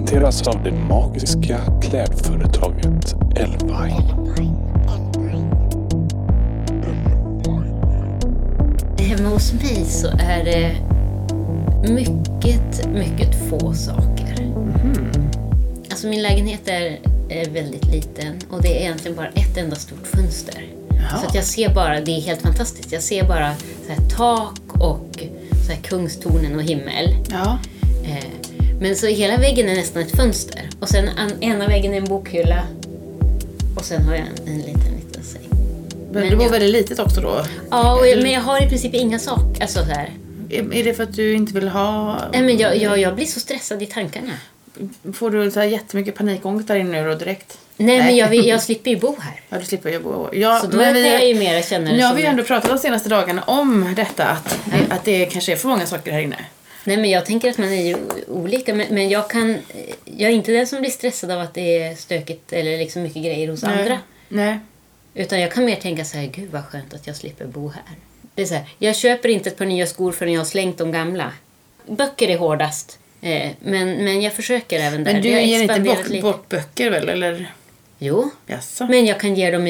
presenteras av det magiska klädföretaget Elvine. Hemma hos mig så är det mycket få saker. Alltså min lägenhet är väldigt liten och det är egentligen bara ett enda stort fönster. Jaha. Så att jag ser bara, det är helt fantastiskt. Jag ser bara så här tak och så här kungstornen och himmel. Ja. Men så hela väggen är nästan ett fönster. Och sen ena väggen är en bokhylla. Och sen har jag en liten säng. Men det var väldigt litet också då? Ja, men jag har i princip inga saker. Alltså så här. Är det för att du inte vill ha... Nej, men jag blir så stressad i tankarna. Får du så här jättemycket panikångest där inne nu då direkt? Nej, men jag slipper ju bo här. Ja, du slipper ju bo. Ja, så då kan jag ju mer känna det. Nu har vi ju ändå pratat de senaste dagarna om detta. Att det kanske är för många saker här inne. Nej, men jag tänker att man är ju olika. Men jag är inte den som blir stressad av att det är stökigt eller liksom mycket grejer hos andra. Nej. Utan jag kan mer tänka så här, gud vad skönt att jag slipper bo här. Det är så här, jag köper inte ett par nya skor förrän jag har slängt de gamla. Böcker är hårdast. Men jag försöker även där. Men du ger inte bort böcker väl? Eller? Jo, Jaså. Men jag kan ge dem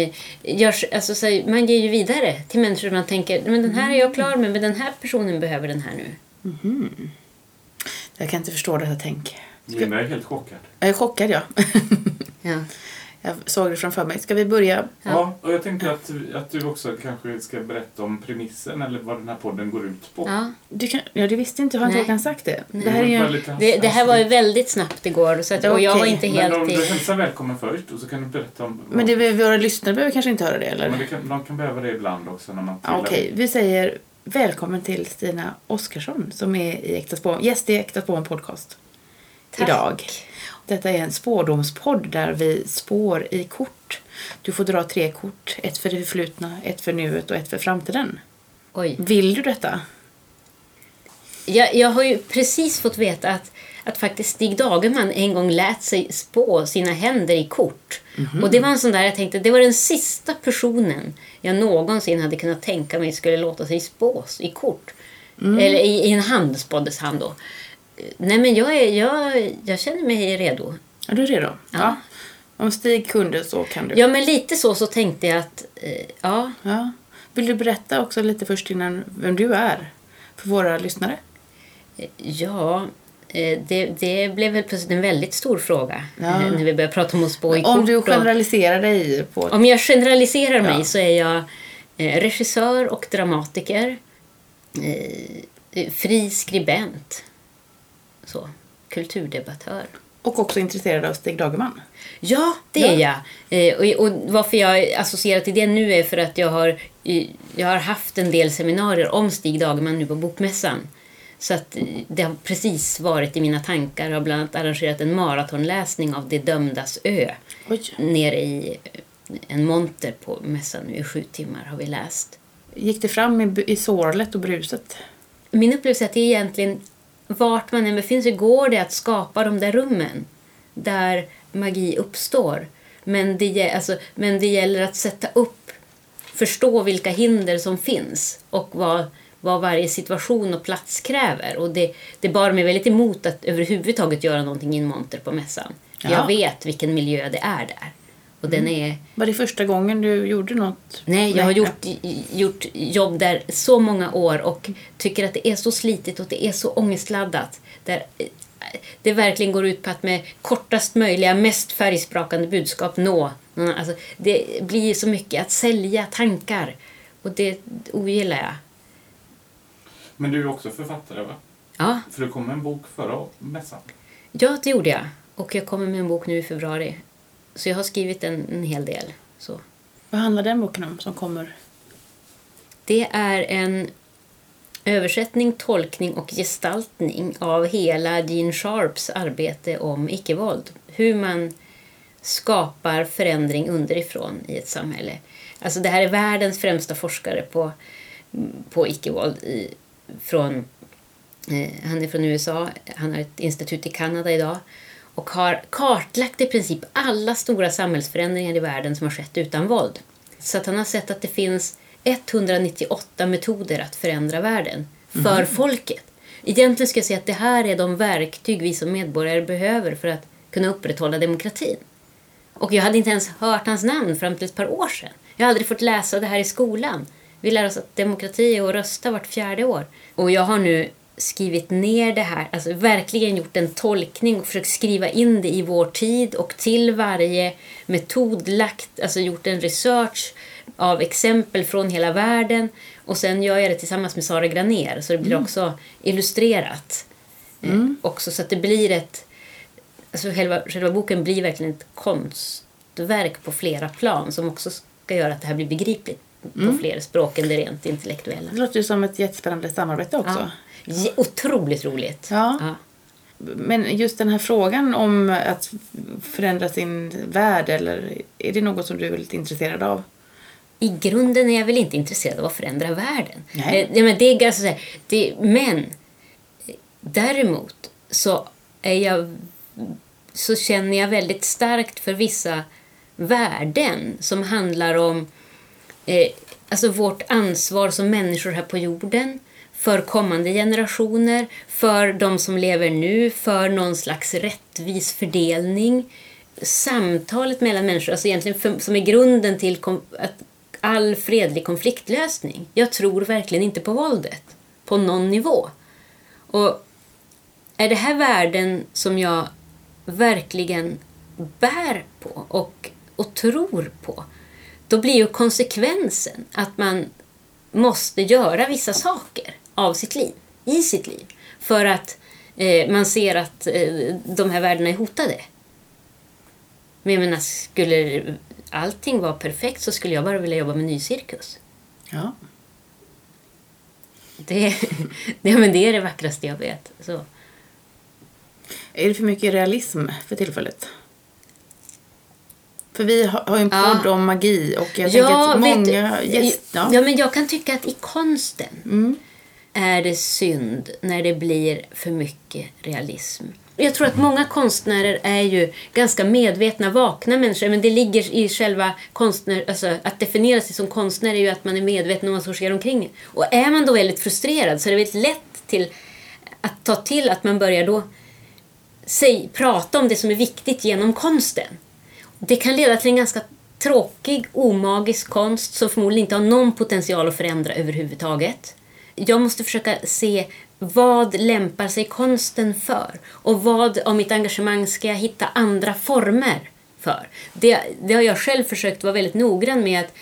man ger ju vidare till människor man tänker, men den här är jag klar med, men den här personen behöver den här nu. Mm. Jag kan inte förstå detta tänk. Linda är helt chockad. Jag är chockad, ja. Ja. Jag såg det framför mig. Ska vi börja? Ja, och jag tänkte att du också kanske ska berätta om premissen eller vad den här podden går ut på. Ja, det visste inte. Jag har inte redan sagt det. Det här var ju väldigt snabbt igår. Så att, och jag var inte helt... Men du hälsar välkommen först och så kan du berätta om... Men våra lyssnare behöver kanske inte höra det, eller? Men de kan behöva det ibland också. Okej, vi säger välkommen till Stina Oskarsson som är gäst i Äkta Spåren podcast. Tack. Idag. Detta är en spårdomspodd där vi spår i kort. Du får dra 3 kort. Ett för det förflutna, ett för nuet och ett för framtiden. Oj. Vill du detta? Jag har ju precis fått veta att faktiskt Stig Dagerman en gång lät sig spå sina händer i kort. Mm-hmm. Och det var en sån där, jag tänkte, det var den sista personen jag någonsin hade kunnat tänka mig skulle låta sig spås i kort. Eller i en hand, spåddes han då. Nej, men jag känner mig redo. Är du redo? Ja. Om Stig kunde så kan du. Ja, men lite så tänkte jag att, ja. Vill du berätta också lite först innan vem du är för våra lyssnare? Ja, det blev väl plötsligt en väldigt stor fråga när vi började prata om att spå i kort. Om du generaliserar dig på... Om jag generaliserar mig så är jag regissör och dramatiker, fri skribent, så, kulturdebattör. Och också intresserad av Stig Dagerman. Ja, det är jag. Och varför jag associerar till det nu är för att jag har haft en del seminarier om Stig Dagerman nu på Bokmässan. Så att det har precis varit i mina tankar. Jag har bland annat arrangerat en maratonläsning av Det dömdas ö. Oj. Nere i en monter på mässan nu i 7 timmar har vi läst. Gick det fram i sorlet och bruset? Min upplevelse är att det är egentligen vart man än befinner sig går det att skapa de där rummen där magi uppstår. Men det gäller att sätta upp, förstå vilka hinder som finns och vad varje situation och plats kräver. Och det bar mig väldigt emot att överhuvudtaget göra någonting i en monter på mässan. Ja. Jag vet vilken miljö det är där. Och den är... Var det första gången du gjorde något? Nej, jag har gjort jobb där så många år och tycker att det är så slitigt och det är så ångestladdat. Där det verkligen går ut på att med kortast möjliga, mest färgsprakande budskap nå. Alltså, det blir så mycket att sälja tankar och det ogillar jag. Men du är också författare, va? Ja. För du kom med en bok förra mässan. Ja, det gjorde jag. Och jag kommer med en bok nu i februari. Så jag har skrivit en hel del. Så. Vad handlar den boken om som kommer? Det är en översättning, tolkning och gestaltning av hela Gene Sharps arbete om icke-våld. Hur man skapar förändring underifrån i ett samhälle. Alltså det här är världens främsta forskare på icke-våld. Han är från USA. Han har ett institut i Kanada idag. Och har kartlagt i princip alla stora samhällsförändringar i världen som har skett utan våld. Så att han har sett att det finns 198 metoder att förändra världen för folket. Egentligen ska jag säga att det här är de verktyg vi som medborgare behöver för att kunna upprätthålla demokratin. Och jag hade inte ens hört hans namn fram till ett par år sedan. Jag har aldrig fått läsa det här i skolan. Vi lär oss att demokrati är att rösta vart 4:e år. Och jag har nu skrivit ner det här, alltså verkligen gjort en tolkning och försökt skriva in det i vår tid och till varje metod lagt, alltså gjort en research av exempel från hela världen, och sen gör jag det tillsammans med Sara Granér så det blir också illustrerat. Också så att det blir ett, alltså själva boken blir verkligen ett konstverk på flera plan som också ska göra att det här blir begripligt på fler språk än det rent intellektuella. Det låter ju som ett jättespännande samarbete också. Ja. Otroligt roligt. Ja. Men just den här frågan om att förändra sin värld, eller är det något som du är lite intresserad av? I grunden är jag väl inte intresserad av att förändra världen. Nej. Men det är alltså men däremot så känner jag väldigt starkt för vissa värden som handlar om alltså vårt ansvar som människor här på jorden, för kommande generationer, för de som lever nu, för någon slags rättvis fördelning. Samtalet mellan människor, alltså egentligen som är grunden till all fredlig konfliktlösning. Jag tror verkligen inte på våldet på någon nivå. Och är det här värden som jag verkligen bär på och tror på, då blir ju konsekvensen att man måste göra vissa saker av sitt liv, i sitt liv, för att man ser att de här värdena är hotade. Men jag menar, skulle allting vara perfekt så skulle jag bara vilja jobba med nycirkus. Ja. Men det är det vackraste jag vet. Så. Är det för mycket realism för tillfället? För vi har ju en podd om magi och jag tänker att många gäster... Ja, men jag kan tycka att i konsten är det synd när det blir för mycket realism. Jag tror att många konstnärer är ju ganska medvetna, vakna människor, men det ligger i själva konstnär, alltså att definiera sig som konstnär är ju att man är medveten om vad som sker omkring. Och är man då väldigt frustrerad så är det väldigt lätt till att ta till att man börjar då prata om det som är viktigt genom konsten. Det kan leda till en ganska tråkig, omagisk konst som förmodligen inte har någon potential att förändra överhuvudtaget. Jag måste försöka se vad lämpar sig konsten för och vad av mitt engagemang ska jag hitta andra former för. Det har jag själv försökt vara väldigt noggrann med. Att,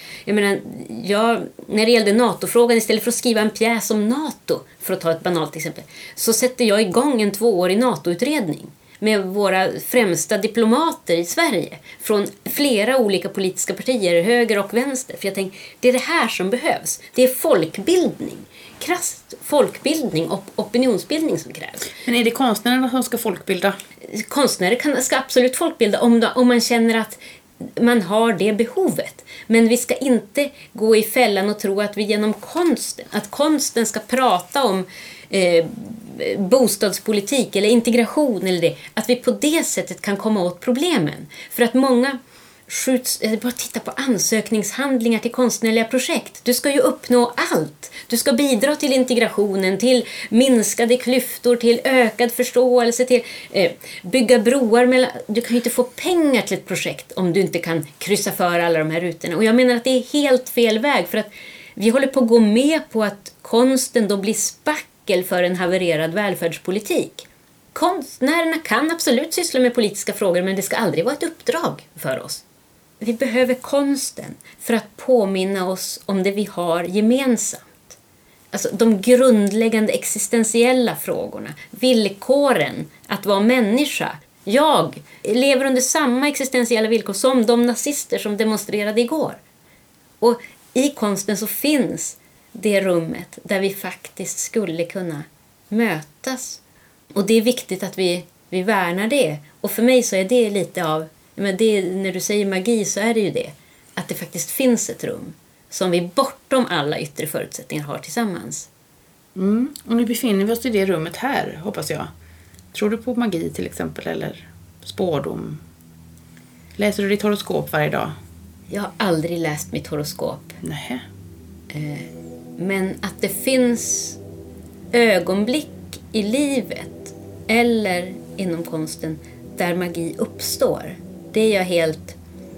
när det gällde NATO-frågan, istället för att skriva en pjäs om NATO, för att ta ett banalt exempel, så sätter jag igång en 2-årig NATO-utredning med våra främsta diplomater i Sverige från flera olika politiska partier, höger och vänster. För jag tänkte, det är det här som behövs. Det är folkbildning. Krasst folkbildning och opinionsbildning som krävs. Men är det konstnärerna som ska folkbilda? Konstnärer ska absolut folkbilda om man känner att man har det behovet. Men vi ska inte gå i fällan och tro att vi genom konsten ska prata om bostadspolitik eller integration eller det. Att vi på det sättet kan komma åt problemen. För att många bara titta på ansökningshandlingar till konstnärliga projekt. Du ska ju uppnå allt. Du ska bidra till integrationen, till minskade klyftor, till ökad förståelse, till bygga broar mellan... Du kan ju inte få pengar till ett projekt om du inte kan kryssa för alla de här rutorna. Och jag menar att det är helt fel väg, för att vi håller på att gå med på att konsten då blir spackel för en havererad välfärdspolitik. Konstnärerna kan absolut syssla med politiska frågor, men det ska aldrig vara ett uppdrag för oss. Vi behöver konsten för att påminna oss om det vi har gemensamt. Alltså de grundläggande existentiella frågorna, villkoren att vara människa. Jag lever under samma existentiella villkor som de nazister som demonstrerade igår. Och i konsten så finns det rummet där vi faktiskt skulle kunna mötas. Och det är viktigt att vi värnar det. Och för mig så är det lite av... Men när du säger magi så är det ju det. Att det faktiskt finns ett rum som vi bortom alla yttre förutsättningar har tillsammans. Och nu befinner vi oss i det rummet här, hoppas jag. Tror du på magi till exempel, eller spårdom? Läser du ditt horoskop varje dag? Jag har aldrig läst mitt horoskop. Nej. Men att det finns ögonblick i livet eller inom konsten där magi uppstår. Det är jag helt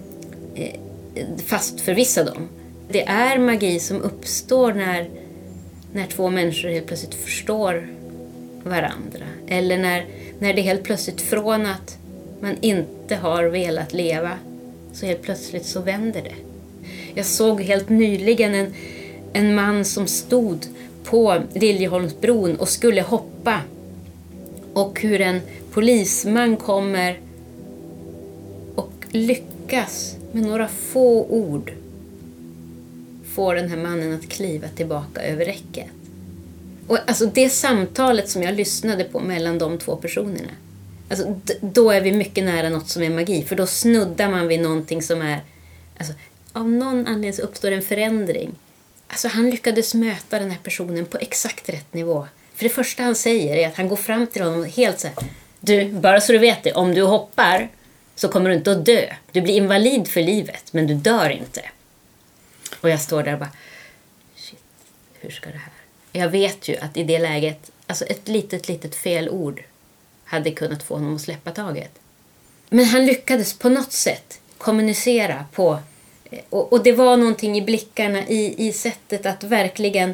fast förvissad om. Det är magi som uppstår när två människor helt plötsligt förstår varandra. Eller när det helt plötsligt från att man inte har velat leva så helt plötsligt så vänder det. Jag såg helt nyligen en man som stod på Liljeholmsbron och skulle hoppa. Och hur en polisman kommer och lyckas med några få ord få den här mannen att kliva tillbaka över räcket. Och alltså det samtalet som jag lyssnade på mellan de två personerna. Alltså då är vi mycket nära något som är magi. För då snuddar man vid någonting som är... Alltså, av någon anledning så uppstår en förändring. Alltså han lyckades möta den här personen på exakt rätt nivå. För det första han säger är att han går fram till honom helt så här: du, bara så du vet det, om du hoppar så kommer du inte att dö. Du blir invalid för livet, men du dör inte. Och jag står där och bara, shit, hur ska det här? Jag vet ju att i det läget, alltså ett litet fel ord hade kunnat få honom att släppa taget. Men han lyckades på något sätt kommunicera på, och det var någonting i blickarna, i sättet att verkligen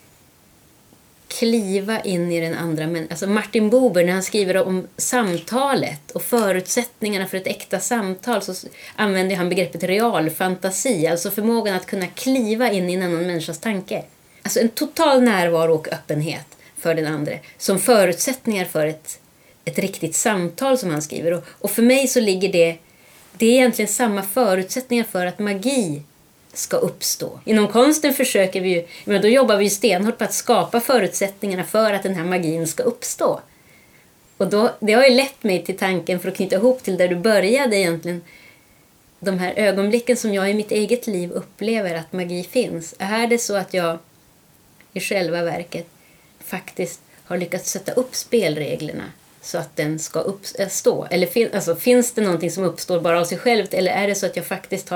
kliva in i den andra. Men alltså Martin Buber, när han skriver om samtalet och förutsättningarna för ett äkta samtal, så använder han begreppet realfantasi, alltså förmågan att kunna kliva in i en annan människas tanke. Alltså en total närvaro och öppenhet för den andra som förutsättningar för ett riktigt samtal, som han skriver. Och för mig så ligger det är egentligen samma förutsättningar för att magi ska uppstå. Inom konsten försöker vi ju, men då jobbar vi ju stenhårt på att skapa förutsättningarna för att den här magin ska uppstå. Och det har ju lett mig till tanken, för att knyta ihop till där du började egentligen, de här ögonblicken som jag i mitt eget liv upplever att magi finns. Är det så att jag i själva verket faktiskt har lyckats sätta upp spelreglerna så att den ska uppstå? Eller finns det någonting som uppstår bara av sig självt? Eller är det så att jag faktiskt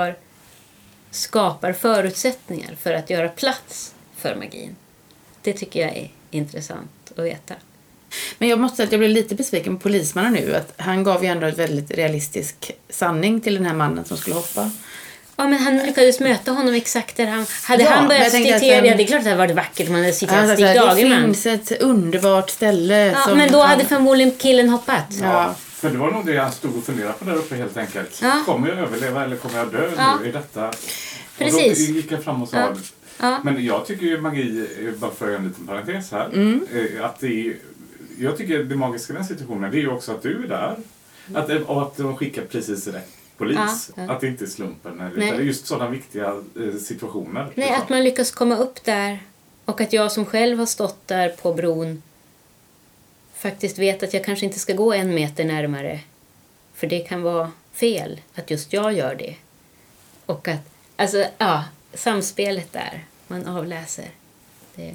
skapar förutsättningar för att göra plats för magin? Det tycker jag är intressant att veta. Men jag måste säga att jag blev lite besviken på polismannen nu. Att han gav ju ändå ett väldigt realistisk sanning till den här mannen som skulle hoppa. Ja, men han lyckades möta honom exakt där han börjat citera. Det är klart att det hade varit vackert om man hade citerat Stig Dagerman. Det finns ett underbart ställe. Ja, men då hade förmodligen killen hoppat. Ja, för det var nog det han stod och funderade på där uppe helt enkelt. Ja. Kommer jag överleva eller kommer jag dö nu i detta? Precis. Och då gick jag fram och sa men jag tycker ju magi, bara för en liten parentes här, att jag tycker det magiska i den situationen, det är ju också att du är där. Att de skickar precis rätt polis. Ja. Att det inte är slumpen. Eller det är just sådana viktiga situationer. Nej, liksom. Att man lyckas komma upp där. Och att jag som själv har stått där på bron faktiskt vet att jag kanske inte ska gå 1 meter närmare. För det kan vara fel att just jag gör det. Och att, samspelet där. Man avläser det.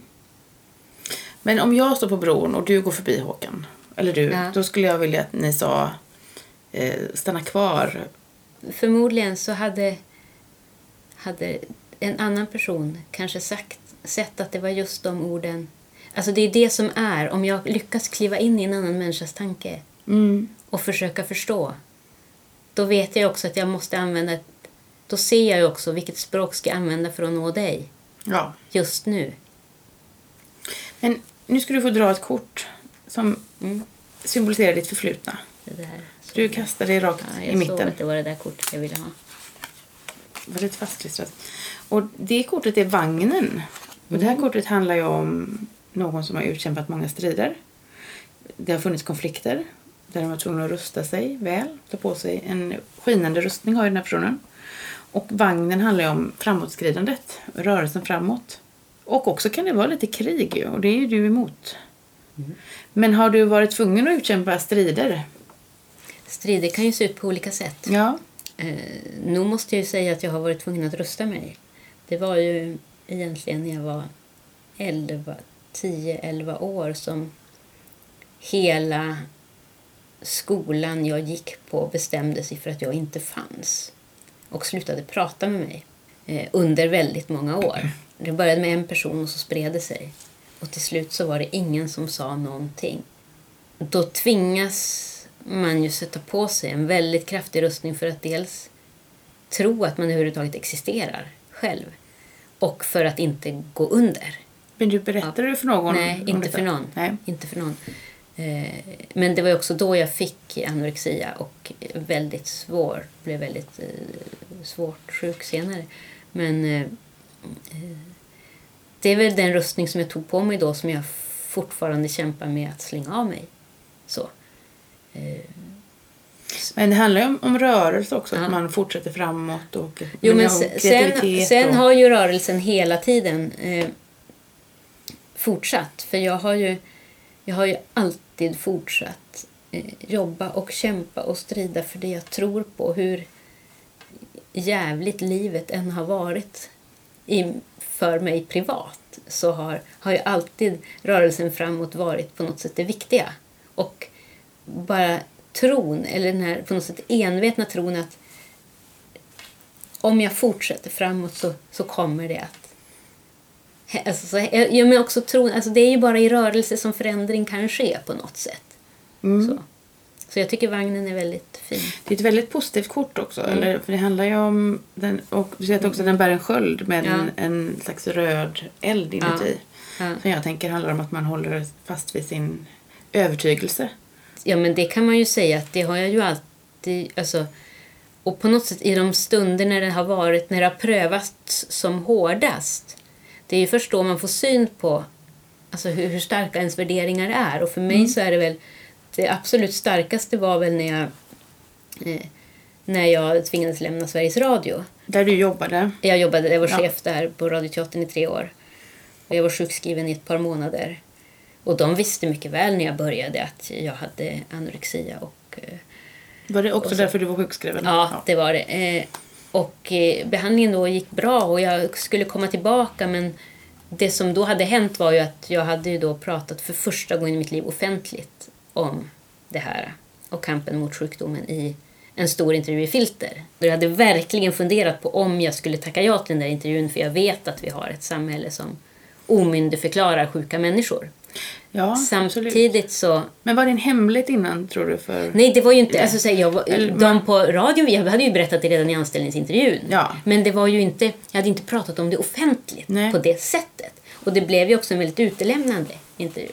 Men om jag står på bron och du går förbi, Håkan, eller du, då skulle jag vilja att ni sa stanna kvar. Förmodligen så hade en annan person kanske sett att det var just de orden. Alltså det är det som är, om jag lyckas kliva in i en annan människas tanke och försöka förstå, då vet jag också att jag måste använda, då ser jag ju också vilket språk ska jag använda för att nå dig just nu. Men nu ska du få dra ett kort som symboliserar ditt förflutna. Det där. Du kastar det rakt i mitten. Jag såg att det var det där kortet jag ville ha. Var lite fastklistrat. Och det kortet är vagnen. Och det här kortet handlar ju om någon som har utkämpat många strider. Det har funnits konflikter där de var tvungna att rusta sig väl. Ta på sig en skinande rustning har ju den här personen. Och vagnen handlar ju om framåtskridandet. Rörelsen framåt. Och också kan det vara lite krig ju. Och det är ju du emot. Men har du varit tvungen att utkämpa strider? Strider kan ju se ut på olika sätt. Ja. Nu måste jag ju säga att jag har varit tvungen att rusta mig. Det var ju egentligen när jag var 10-11 år som hela skolan jag gick på bestämde sig för att jag inte fanns. Och slutade prata med mig under väldigt många år. Det började med en person och så spred det sig. Och till slut så var det ingen som sa någonting. Då tvingas man ju sätta på sig en väldigt kraftig rustning för att dels tro att man överhuvudtaget existerar själv och för att inte gå under. Men du berättade du för någon? Nej, inte för någon. Nej. Inte för någon. Men det var också då jag fick anorexia och blev väldigt svårt sjuk senare. Men det är väl den rustning som jag tog på mig då som jag fortfarande kämpar med att slänga av mig. Så. Men det handlar ju om rörelse också, att man fortsätter framåt och sen har ju rörelsen hela tiden fortsatt. För jag har ju alltid fortsatt jobba och kämpa och strida för det jag tror på. Hur jävligt livet än har varit för mig privat, så har ju alltid rörelsen framåt varit på något sätt det viktiga. Och bara tron, eller den här på något sätt envetna tron att om jag fortsätter framåt så kommer det att... Alltså, men också tron, alltså det är ju bara i rörelse som förändring kan ske på något sätt. Så jag tycker vagnen är väldigt fin. Det är ett väldigt positivt kort också. Eller, för det handlar ju om... och du ser också att den bär en sköld med en slags röd eld inuti. Ja. Som jag tänker handlar om att man håller fast vid sin övertygelse. Ja, men det kan man ju säga att det har jag ju alltid... Alltså, och på något sätt i de stunder när det har prövats som hårdast. Det är ju först då man får syn på alltså hur starka ens värderingar är. Och för mig så är det väl... Det absolut starkaste var väl när jag tvingades lämna Sveriges Radio. Där du jobbade? Jag var chef där på Radioteatern i 3 år. Och jag var sjukskriven i ett par månader. Och de visste mycket väl när jag började att jag hade anorexia. Var det också därför du var sjukskriven? Ja, det var det. Och behandlingen då gick bra och jag skulle komma tillbaka, men det som då hade hänt var ju att jag hade ju då pratat för första gången i mitt liv offentligt om det här och kampen mot sjukdomen i en stor intervju i Filter. Jag hade verkligen funderat på om jag skulle tacka ja till den där intervjun, för jag vet att vi har ett samhälle som omyndigförklarar sjuka människor. Ja, samtidigt absolut. Så... Men var det en hemlighet innan, tror du? Nej, det var ju inte... Alltså, de på radio, jag hade ju berättat det redan i anställningsintervjun. Ja. Men det var ju inte... Jag hade inte pratat om det offentligt på det sättet. Och det blev ju också en väldigt utelämnande intervju.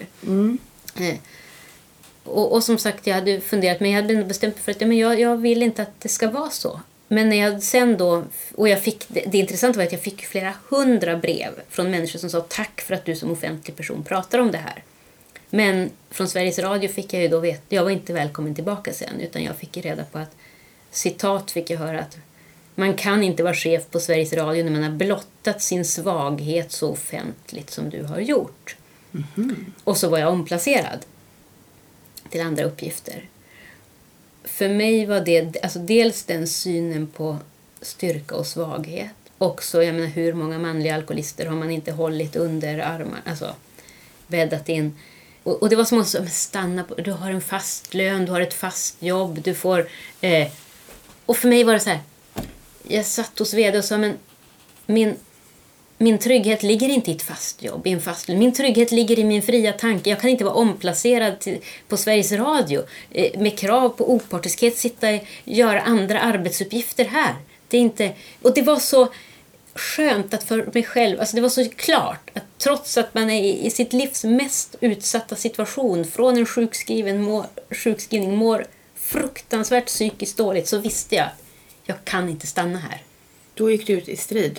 Och som sagt, jag hade funderat, men jag hade bestämt för att jag vill inte att det ska vara så. Men när jag sen då, och jag fick, det intressanta var att jag fick flera 100 brev från människor som sa tack för att du som offentlig person pratar om det här. Men från Sveriges Radio fick jag ju då veta, jag var inte välkommen tillbaka sen, utan jag fick reda på att, citat fick jag höra, att man kan inte vara chef på Sveriges Radio när man har blottat sin svaghet så offentligt som du har gjort. Och så var jag omplacerad till andra uppgifter. För mig var det alltså dels den synen på styrka och svaghet. Också, jag menar, hur många manliga alkoholister har man inte hållit under armarna, alltså bäddat in. Och det var som att stanna på, du har en fast lön, du har ett fast jobb, du får... och för mig var det så här, jag satt hos vd och sa, men min trygghet ligger inte i ett fast jobb, i en fast lön. Min trygghet ligger i min fria tanke. Jag kan inte vara omplacerad på Sveriges Radio med krav på opartiskhet, göra andra arbetsuppgifter här. Det är inte... Och det var så skönt att för mig själv, alltså det var så klart att trots att man är i sitt livs mest utsatta situation, från en sjukskrivning mår fruktansvärt psykiskt dåligt, så visste jag att jag kan inte stanna här. Då gick du ut i strid?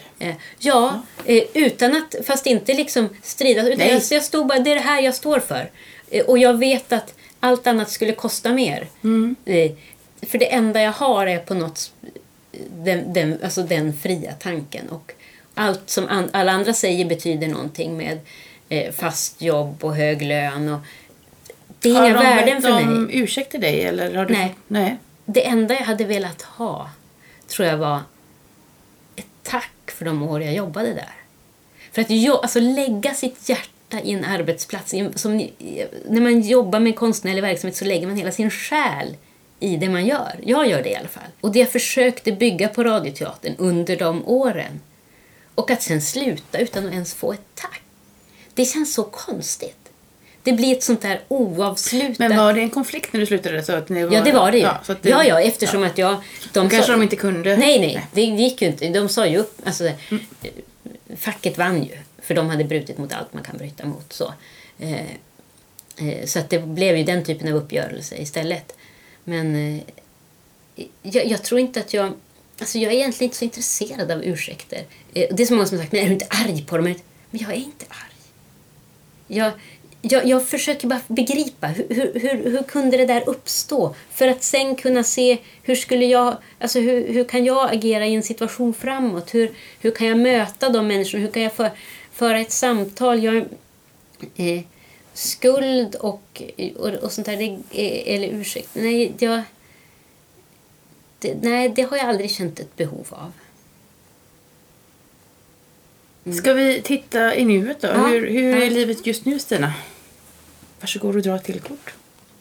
Utan att, fast inte liksom strida, utan jag stod bara, det är det här jag står för. Och jag vet att allt annat skulle kosta mer. För det enda jag har är på något alltså den fria tanken, och allt som alla andra säger betyder någonting med fast jobb och hög lön, och det är inga värden för mig. Har de ursäkt till dig, eller har du... Nej. Det enda jag hade velat ha, tror jag, var ett tack för de år jag jobbade där. För att alltså lägga sitt hjärta i en arbetsplats, när man jobbar med konstnärlig verksamhet, så lägger man hela sin själ i det man gör. Jag gör det i alla fall. Och det jag försökte bygga på Radioteatern under de åren. Och att sen sluta utan att ens få ett tack. Det känns så konstigt. Det blir ett sånt där oavslutat... Men var det en konflikt när du slutade? Så att ni var... Ja, det var det ju. Ja, så att ja eftersom att jag... Kanske de inte kunde... Nej, det gick ju inte. De sa ju upp... Alltså, facket vann ju. För de hade brutit mot allt man kan bryta mot. Så att det blev ju den typen av uppgörelse istället. Men jag tror inte att jag... Alltså jag är egentligen inte så intresserad av ursäkter. Det är så många som har sagt, men är du inte arg på dem? Men jag är inte arg. Jag försöker bara begripa hur kunde det där uppstå, för att sen kunna se hur kan jag agera i en situation framåt, hur kan jag möta de människorna, hur kan jag föra ett samtal. Skuld och sånt där, eller ursäkt, det har jag aldrig känt ett behov av. Ska vi titta i nuet då? Ja. Hur är livet just nu, Stina? Varsågod och dra ett till kort.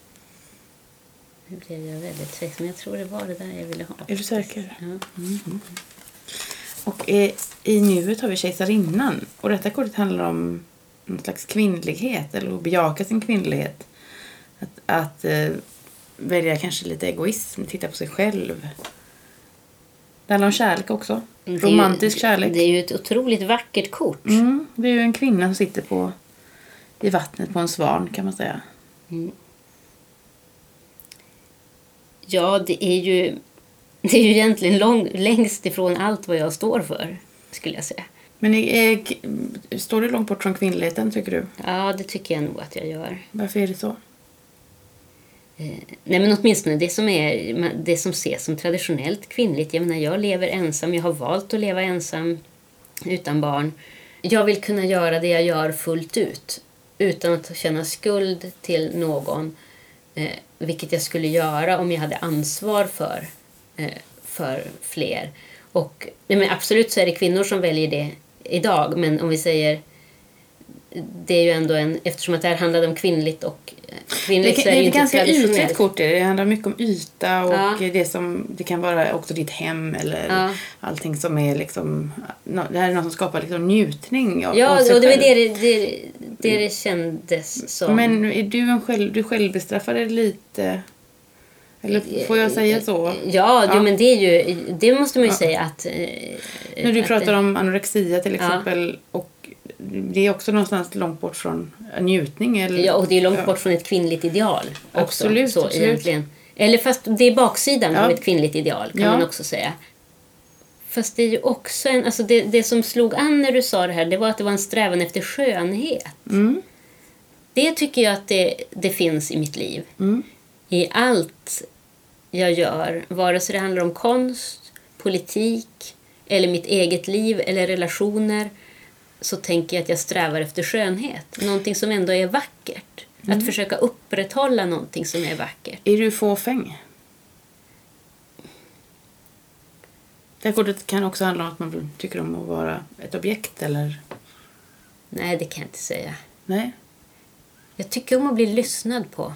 Nu blev jag väldigt tveksam. Jag tror det var det där jag ville ha. Är du säker? Ja. Mm. Och i nuet har vi kejsarinnan. Och detta kortet handlar om någon slags kvinnlighet. Eller att bejaka sin kvinnlighet. Att välja kanske lite egoism. Titta på sig själv. Det handlar om kärlek också. Romantisk kärlek. Det är ju ett otroligt vackert kort. Det är ju en kvinna som sitter i vattnet på en svan, kan man säga. Ja, det är ju egentligen längst ifrån allt vad jag står för, skulle jag säga. Men står du långt bort från kvinnligheten, tycker du? Ja, det tycker jag nog att jag gör. Varför är det så? Nej, men åtminstone det som ses som traditionellt kvinnligt. Jag menar, jag lever ensam. Jag har valt att leva ensam utan barn. Jag vill kunna göra det jag gör fullt ut utan att känna skuld till någon, vilket jag skulle göra om jag hade ansvar för fler. Och men absolut så är det kvinnor som väljer det idag, men om vi säger, det är ju ändå eftersom att det här handlade om kvinnligt och kvinnligt, så är det ju inte ganska traditionellt. ytligt kort. Det handlar mycket om yta och det kan vara också ditt hem eller allting som är liksom, det här är något som skapar liksom njutning av sig och det var själv. det kändes som. Men är du självbestraffar dig lite, eller får jag säga så? Ja. Men det måste man ju säga att när du pratar om anorexia till exempel, och det är också någonstans långt bort från njutning. Eller? Ja, och det är långt bort från ett kvinnligt ideal. Också, absolut. Egentligen. Eller fast det är baksidan av ett kvinnligt ideal, kan man också säga. Fast det är ju också alltså det som slog an när du sa det här, det var att det var en strävan efter skönhet. Det tycker jag att det finns i mitt liv. I allt jag gör, vare sig det handlar om konst, politik eller mitt eget liv eller relationer, så tänker jag att jag strävar efter skönhet. Någonting som ändå är vackert. Att försöka upprätthålla någonting som är vackert. Är du fåfäng? Det här kortet kan också handla om att man tycker om att vara ett objekt, eller? Nej, det kan jag inte säga. Nej. Jag tycker om att bli lyssnad på.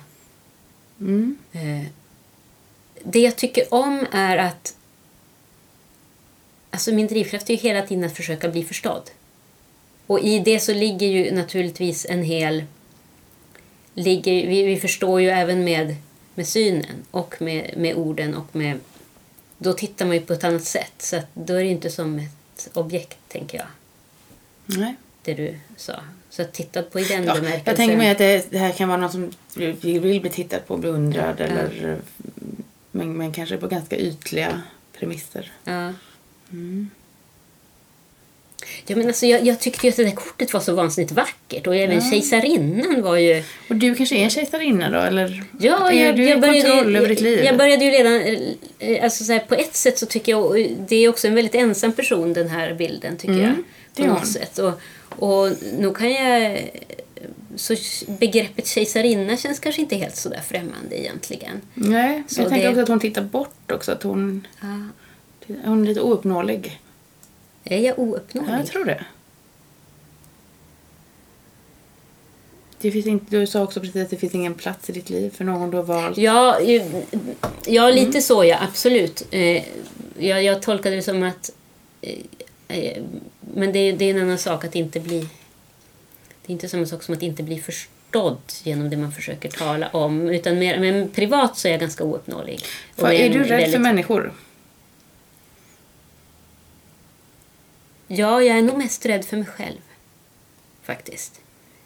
Det jag tycker om är att... Alltså min drivkraft är ju hela tiden att försöka bli förstådd. Och i det så ligger ju naturligtvis en hel... Vi förstår ju även med synen och med orden och med... Då tittar man ju på ett annat sätt. Så att då är det inte som ett objekt, tänker jag. Nej. Det du sa. Så att titta på i den bemärkelsen. Jag tänker mig att det här kan vara något som vill bli tittat på, beundrad. Eller, men kanske på ganska ytliga premisser. Ja. Ja, men alltså, jag tyckte ju att det där kortet var så vansinnigt vackert. Och även kejsarinnan var ju... Och du kanske är en kejsarinna då? Eller ja, jag kontroll över ditt liv? Jag började ju redan... Alltså, så här, på ett sätt så tycker jag... Det är också en väldigt ensam person, den här bilden, tycker jag. På något sätt. Och nu kan jag... Så begreppet kejsarinna känns kanske inte helt så där främmande egentligen. Nej, så jag tänker också att hon tittar bort också. Att hon är lite ouppnåelig. Är jag ouppnåelig? Ja, jag tror det. Det finns inte, du sa också precis att det finns ingen plats i ditt liv för någon du har valt. Ja, lite så, ja, absolut. Jag tolkade det som att... Men det är en annan sak att inte bli... Det är inte samma sak som att inte bli förstådd. förstådd genom det man försöker tala om. Utan men privat så är jag ganska ouppnåelig. Är du rädd för människor? Ja, jag är nog mest rädd för mig själv. Faktiskt.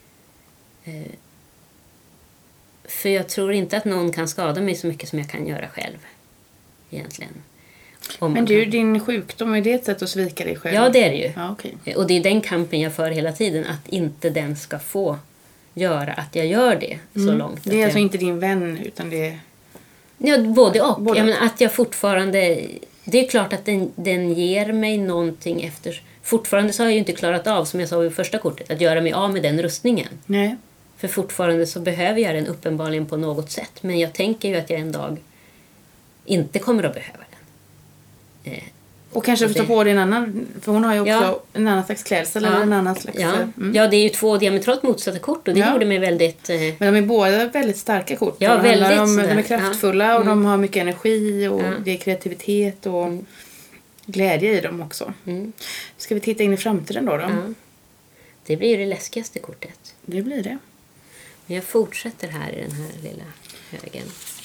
För jag tror inte att någon kan skada mig så mycket som jag kan göra själv. Egentligen. Men du, din sjukdom, är det ett sätt att svika dig själv? Ja, det är det ju. Ja, okay. Och det är den kampen jag för hela tiden. Att inte den ska få göra att jag gör det så långt. Det är alltså inte din vän, utan det är... Ja, både och. Jag menar, att jag fortfarande... Det är klart att den ger mig någonting efter... Fortfarande så har jag ju inte klarat av, som jag sa i första kortet, att göra mig av med den rustningen. Nej. För fortfarande så behöver jag den uppenbarligen på något sätt. Men jag tänker ju att jag en dag inte kommer att behöva den. Och kanske ta på dig en annan, för hon har ju också en annan slags klädsel eller en annan slags... Ja, det är ju 2 diametralt motsatta kort och det gjorde mig väldigt... Men de är båda väldigt starka kort. Ja, de är kraftfulla och de har mycket energi och det är kreativitet och glädje i dem också. Ska vi titta in i framtiden då? Ja. Det blir ju det läskigaste kortet. Det blir det. Men jag fortsätter här i den här lilla högen.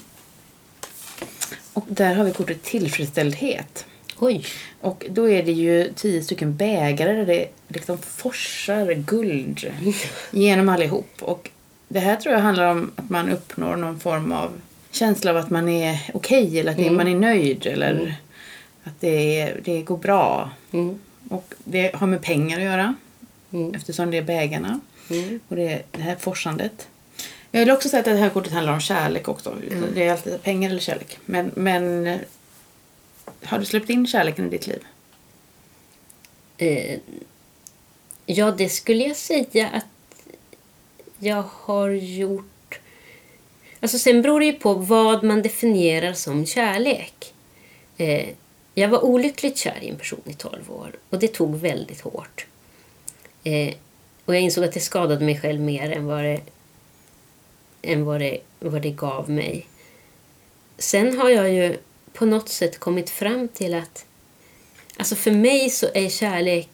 Och där har vi kortet tillfredsställdhet. Oj. Och då är det ju 10 stycken bägare där det liksom forsar guld genom allihop. Och det här tror jag handlar om att man uppnår någon form av känsla av att man är okej, eller att man är nöjd, eller att det går bra. Och det har med pengar att göra, eftersom det är bägarna och det här forsandet. Jag vill också säga att det här kortet handlar om kärlek också. Det är alltid pengar eller kärlek. Men har du släppt in kärleken i ditt liv? Ja, det skulle jag säga att jag har gjort. Alltså sen beror det ju på vad man definierar som kärlek. Jag var olyckligt kär i en person i 12 år. Och det tog väldigt hårt. Och jag insåg att det skadade mig själv mer än vad det gav mig. Sen har jag ju på något sätt kommit fram till att alltså för mig så är kärlek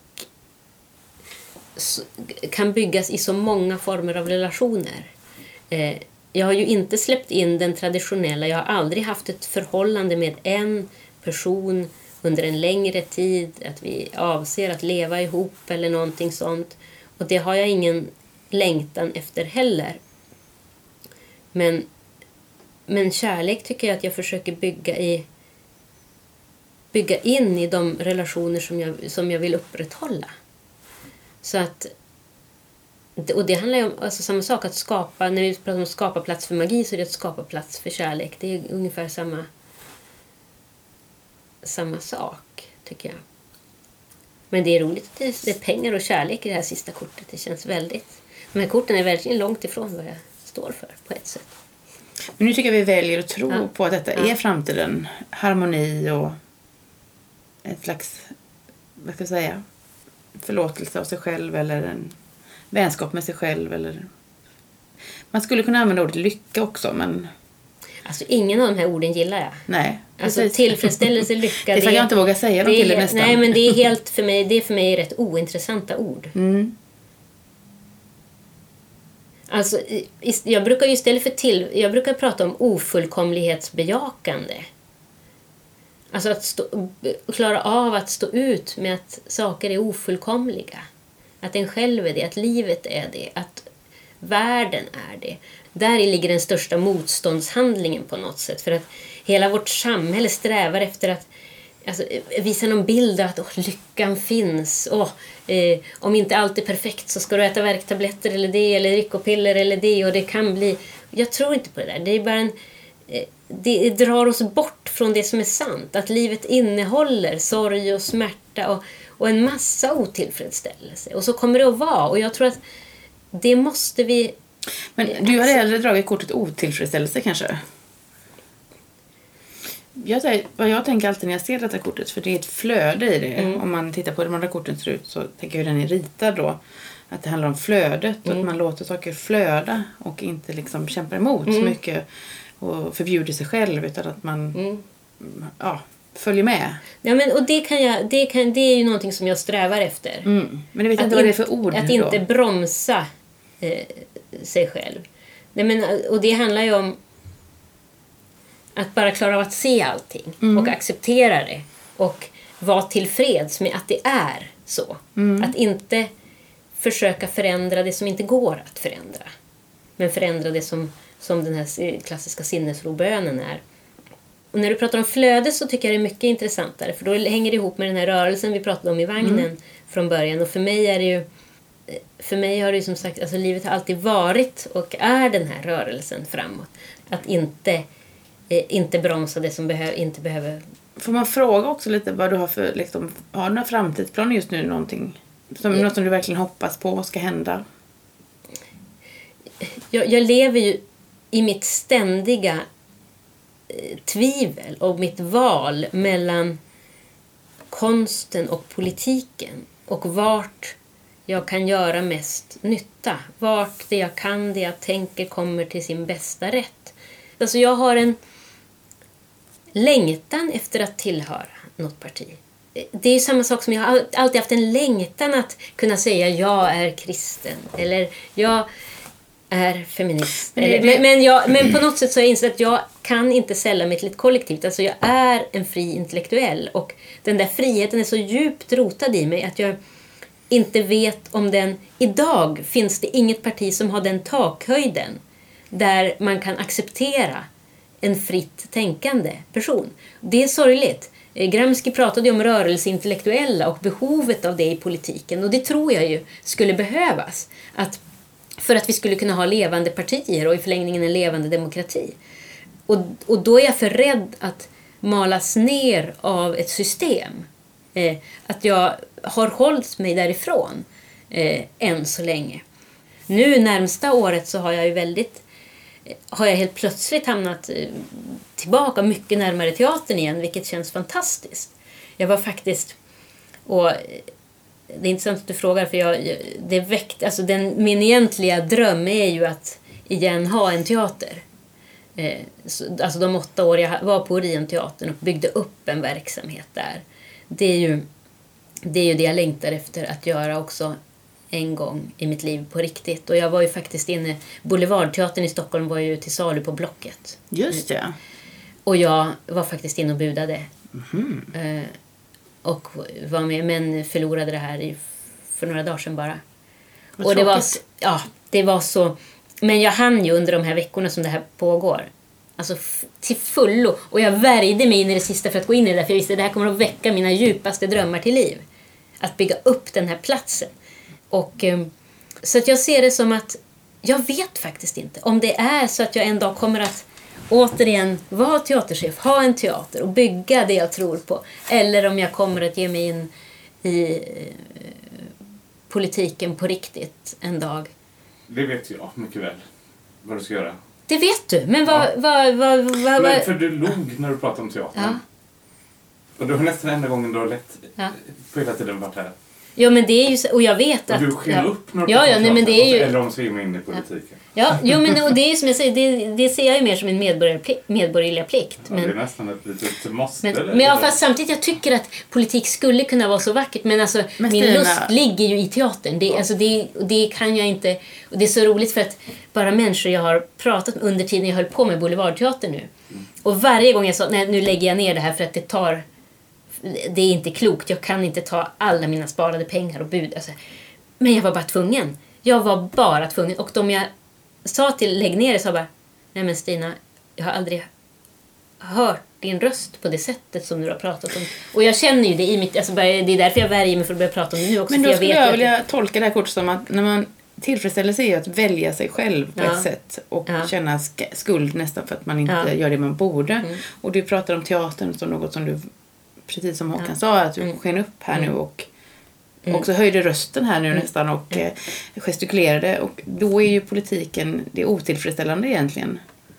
kan byggas i så många former av relationer. Jag har ju inte släppt in den traditionella. Jag har aldrig haft ett förhållande med en person under en längre tid. Att vi avser att leva ihop eller någonting sånt. Och det har jag ingen längtan efter heller. Men kärlek tycker jag att jag försöker bygga in i de relationer som jag vill upprätthålla. Så att, och det handlar ju om alltså samma sak, att skapa, när vi pratar om att skapa plats för magi så är det att skapa plats för kärlek. Det är ungefär samma sak, tycker jag. Men det är roligt att det är pengar och kärlek i det här sista kortet. Det känns väldigt... De här korten är verkligen långt ifrån vad jag står för på ett sätt. Men nu tycker jag vi väljer att tro på att detta är framtiden. Harmoni och ett slags, vad ska jag säga, förlåtelse av sig själv eller en vänskap med sig själv. Eller... Man skulle kunna använda ordet lycka också, men... Alltså ingen av de här orden gillar jag. Nej. Alltså tillfredsställelse, lycka. Det är för att jag inte vågar säga dem till det nästan. Nej, men det är helt för mig, det är för mig rätt ointressanta ord. Alltså jag brukar ju istället för jag brukar prata om ofullkomlighetsbejakande. Alltså att klara av att stå ut med att saker är ofullkomliga. Att en själv är det, att livet är det, att världen är det. Där ligger den största motståndshandlingen på något sätt. För att hela vårt samhälle strävar efter att visa någon bild av att lyckan finns. Om inte allt är perfekt så ska du äta värktabletter eller det, eller rickopiller eller det. Och det kan bli... Jag tror inte på det där. Det är bara det drar oss bort från det som är sant. Att livet innehåller sorg och smärta och en massa otillfredsställelse. Och så kommer det att vara. Och jag tror att det måste vi... Men du har hellre dragit kortet otillfredsställelse kanske? Vad jag tänker alltid när jag ser detta kortet, för det är ett flöde i det. Om man tittar på hur de andra korten ser ut så tänker jag hur den är ritad då. Att det handlar om flödet och att man låter saker flöda och inte liksom kämpar emot så mycket och förbjuder sig själv, utan att man följer med. Ja, men och det är ju någonting som jag strävar efter. Men jag vet inte vad det är för ord. Att inte bromsa sig själv. Och det handlar ju om att bara klara av att se allting och acceptera det och vara tillfreds med att det är så. Att inte försöka förändra det som inte går att förändra, men förändra det som den här klassiska sinnesrobönen är. Och när du pratar om flöde så tycker jag det är mycket intressantare, för då hänger det ihop med den här rörelsen vi pratade om i vagnen från början. Och för mig har det ju som sagt, alltså livet har alltid varit och är den här rörelsen framåt. Att inte bromsa det som inte behöver. Får man fråga också lite vad du har för, liksom, har du några framtidsplaner just nu, någonting något som du verkligen hoppas på ska hända? Jag lever ju i mitt ständiga tvivel och mitt val mellan konsten och politiken och vart jag kan göra mest nytta. Vart det jag kan, det jag tänker kommer till sin bästa rätt. Alltså jag har en längtan efter att tillhöra något parti. Det är samma sak som jag har alltid haft en längtan att kunna säga jag är kristen eller jag är feminist. Men på något sätt så har jag insett att jag kan inte sälla mig till ett kollektivt. Alltså jag är en fri intellektuell och den där friheten är så djupt rotad i mig att jag inte vet om den. Idag finns det inget parti som har den takhöjden där man kan acceptera en fritt tänkande person. Det är sorgligt. Gramsci pratade ju om rörelseintellektuella och behovet av det i politiken, och det tror jag ju skulle behövas för att vi skulle kunna ha levande partier och i förlängningen en levande demokrati. Och då är jag för rädd att malas ner av ett system. Att jag har hållit mig därifrån än så länge. Nu närmsta året så har jag helt plötsligt hamnat tillbaka mycket närmare teatern igen, vilket känns fantastiskt. Jag var faktiskt, och det är intressant att du frågar, för det väckte, alltså min egentliga dröm är ju att igen ha en teater. Alltså de 8 år jag var på Orionteatern och byggde upp en verksamhet där. Det är ju det jag längtar efter att göra också en gång i mitt liv på riktigt. Och jag var ju faktiskt Boulevardteatern i Stockholm var ju till salu på Blocket. Just det. Och jag var faktiskt inne och budade. Och var med, men förlorade det här för några dagar sedan bara. Och det var så. Men jag hann ju under de här veckorna som det här pågår, alltså till fullo. Och jag värjde mig in i det sista för att gå in i det där, för jag visste att det här kommer att väcka mina djupaste drömmar till liv. Att bygga upp den här platsen. Och så att jag ser det som att jag vet faktiskt inte om det är så att jag en dag kommer att återigen vara teaterchef, ha en teater och bygga det jag tror på, eller om jag kommer att ge mig in i politiken på riktigt en dag. Det vet jag mycket väl vad du ska göra. Det vet du, men vad... Men för du log när du pratade om teatern. Ja. Och det var nästan enda gången du har lätt på hela tiden varit här. Ja, men det är ju så, och jag vet att... Och du sken upp när du pratar om men det är ju... Eller om så in i politiken. Ja, men och det är som jag säger, det ser jag ju mer som en medborgerliga plikt. Ja, men, det är nästan ett litet måste. Men fast samtidigt, jag tycker att politik skulle kunna vara så vackert, men alltså min lust ligger ju i teatern. Det kan jag inte, och det är så roligt för att bara människor jag har pratat med under tiden jag höll på med Boulevardteatern nu. Och varje gång jag sa, nej, nu lägger jag ner det här för att det är inte klokt. Jag kan inte ta alla mina sparade pengar och bud. Alltså. Men jag var bara tvungen. Och de jag sa till lägg ner det sa bara, nej men Stina, jag har aldrig hört din röst på det sättet som du har pratat om. Och jag känner ju det i mitt, alltså det är därför jag värjer mig för att börja prata om det nu också. Men då skulle jag vilja tolka det här kort som att när man tillfredsställer sig att välja sig själv på ett sätt och känna skuld nästan för att man inte gör det man borde. Och du pratar om teatern som något som du, precis som Håkan sa, att du sken upp här nu och också höjde rösten här nu nästan och gestikulerade. Och då är ju politiken det otillfredsställande egentligen.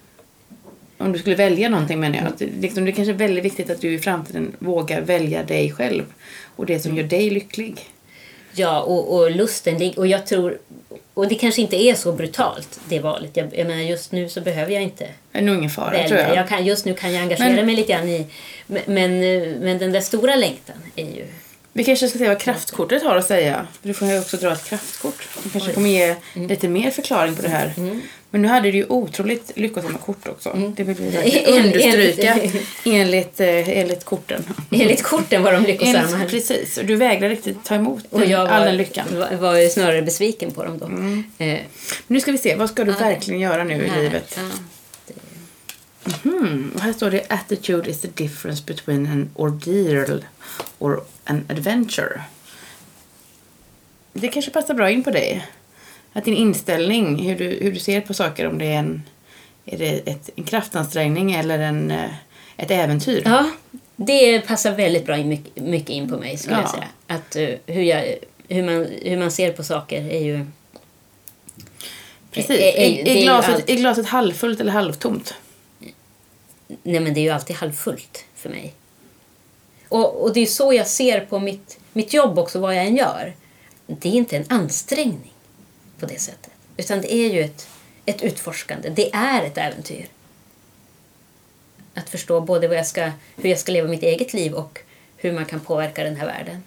Om du skulle välja någonting, menar jag. Att liksom, det kanske är väldigt viktigt att du i framtiden vågar välja dig själv. Och det som gör dig lycklig. Ja, och lusten. Och jag tror... Och det kanske inte är så brutalt, det valet. Jag menar, just nu så behöver jag inte... Det är nog ingen fara, tror jag. Just nu kan jag engagera mig lite grann i... Men den där stora längtan är ju... Vi kanske ska se vad kraftkortet har att säga. För du får ju också dra ett kraftkort. Du kanske kommer ge lite mer förklaring på det här. Men nu hade du ju otroligt lyckosamma kort också. Det vill vi understryka enligt korten. Enligt korten var de lyckosamma. Precis, och du vägrar riktigt ta emot och jag all den lyckan. Var ju snarare besviken på dem då. Nu ska vi se, vad ska du verkligen göra nu i livet? Och här står det: attitude is the difference between an ordeal or an adventure. Det kanske passar bra in på dig. Att din inställning, hur du ser på saker, om det är en kraftansträngning eller ett äventyr. Ja, det passar väldigt bra mycket in på mig, skulle jag säga. Att hur man ser på saker är ju... Precis. Är glaset halvfullt eller halvtomt? Nej, men det är ju alltid halvfullt för mig. Och det är så jag ser på mitt jobb också, vad jag än gör. Det är inte en ansträngning på det sättet. Utan det är ju ett utforskande. Det är ett äventyr. Att förstå både hur jag ska leva mitt eget liv och hur man kan påverka den här världen.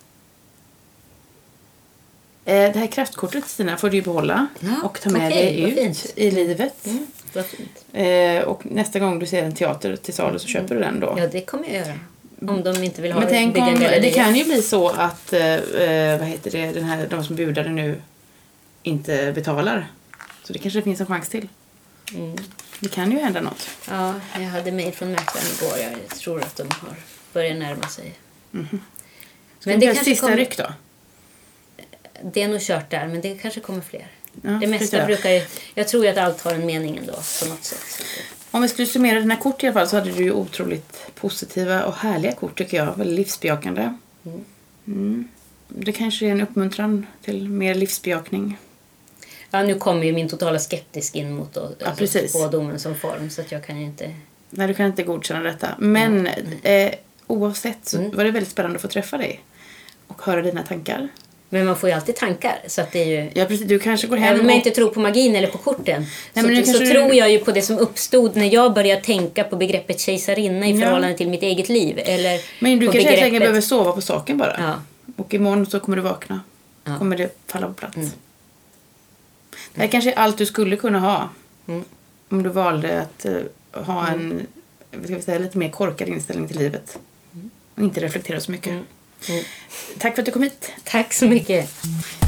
Det här kraftkortet, Stina, får du ju behålla och ta med dig ut i livet. Vad fint. Och nästa gång du ser en teater till salu så köper du den då. Ja, det kommer jag göra. Om de inte vill ha men tänk om, det kan ju bli så att de som budade nu inte betalar. Så det kanske finns en chans till. Det kan ju hända något. Ja, jag hade mejl från mäklaren igår. Jag tror att de har börjat närma sig. Men det kanske sista ryck då? Det är nog kört där, men det kanske kommer fler. Ja, det mesta jag tror att allt har en mening ändå på något sätt. Om vi skulle summera dina kort i alla fall, så hade du ju otroligt positiva och härliga kort, tycker jag. Väldigt livsbejakande. Det kanske är en uppmuntran till mer livsbejakning. Ja, nu kommer ju min totala skeptisk in mot spådomen som form, så att jag kan ju inte... Nej, du kan inte godkänna detta. Men oavsett så var det väldigt spännande att få träffa dig och höra dina tankar. Men man får ju alltid tankar, så att det är ju... Ja, precis. Du kanske går hem även om jag inte tror på magin eller på korten. Nej, så tror jag ju på det som uppstod när jag började tänka på begreppet kejsarinna i förhållande till mitt eget liv. Eller men du kanske helt enkelt behöver sova på saken bara. Ja. Och imorgon så kommer du vakna. Kommer det falla på plats. Det här kanske är allt du skulle kunna ha. Om du valde att ha en lite mer korkad inställning till livet. Och inte reflektera så mycket. Tack för att du kom hit. Tack så mycket.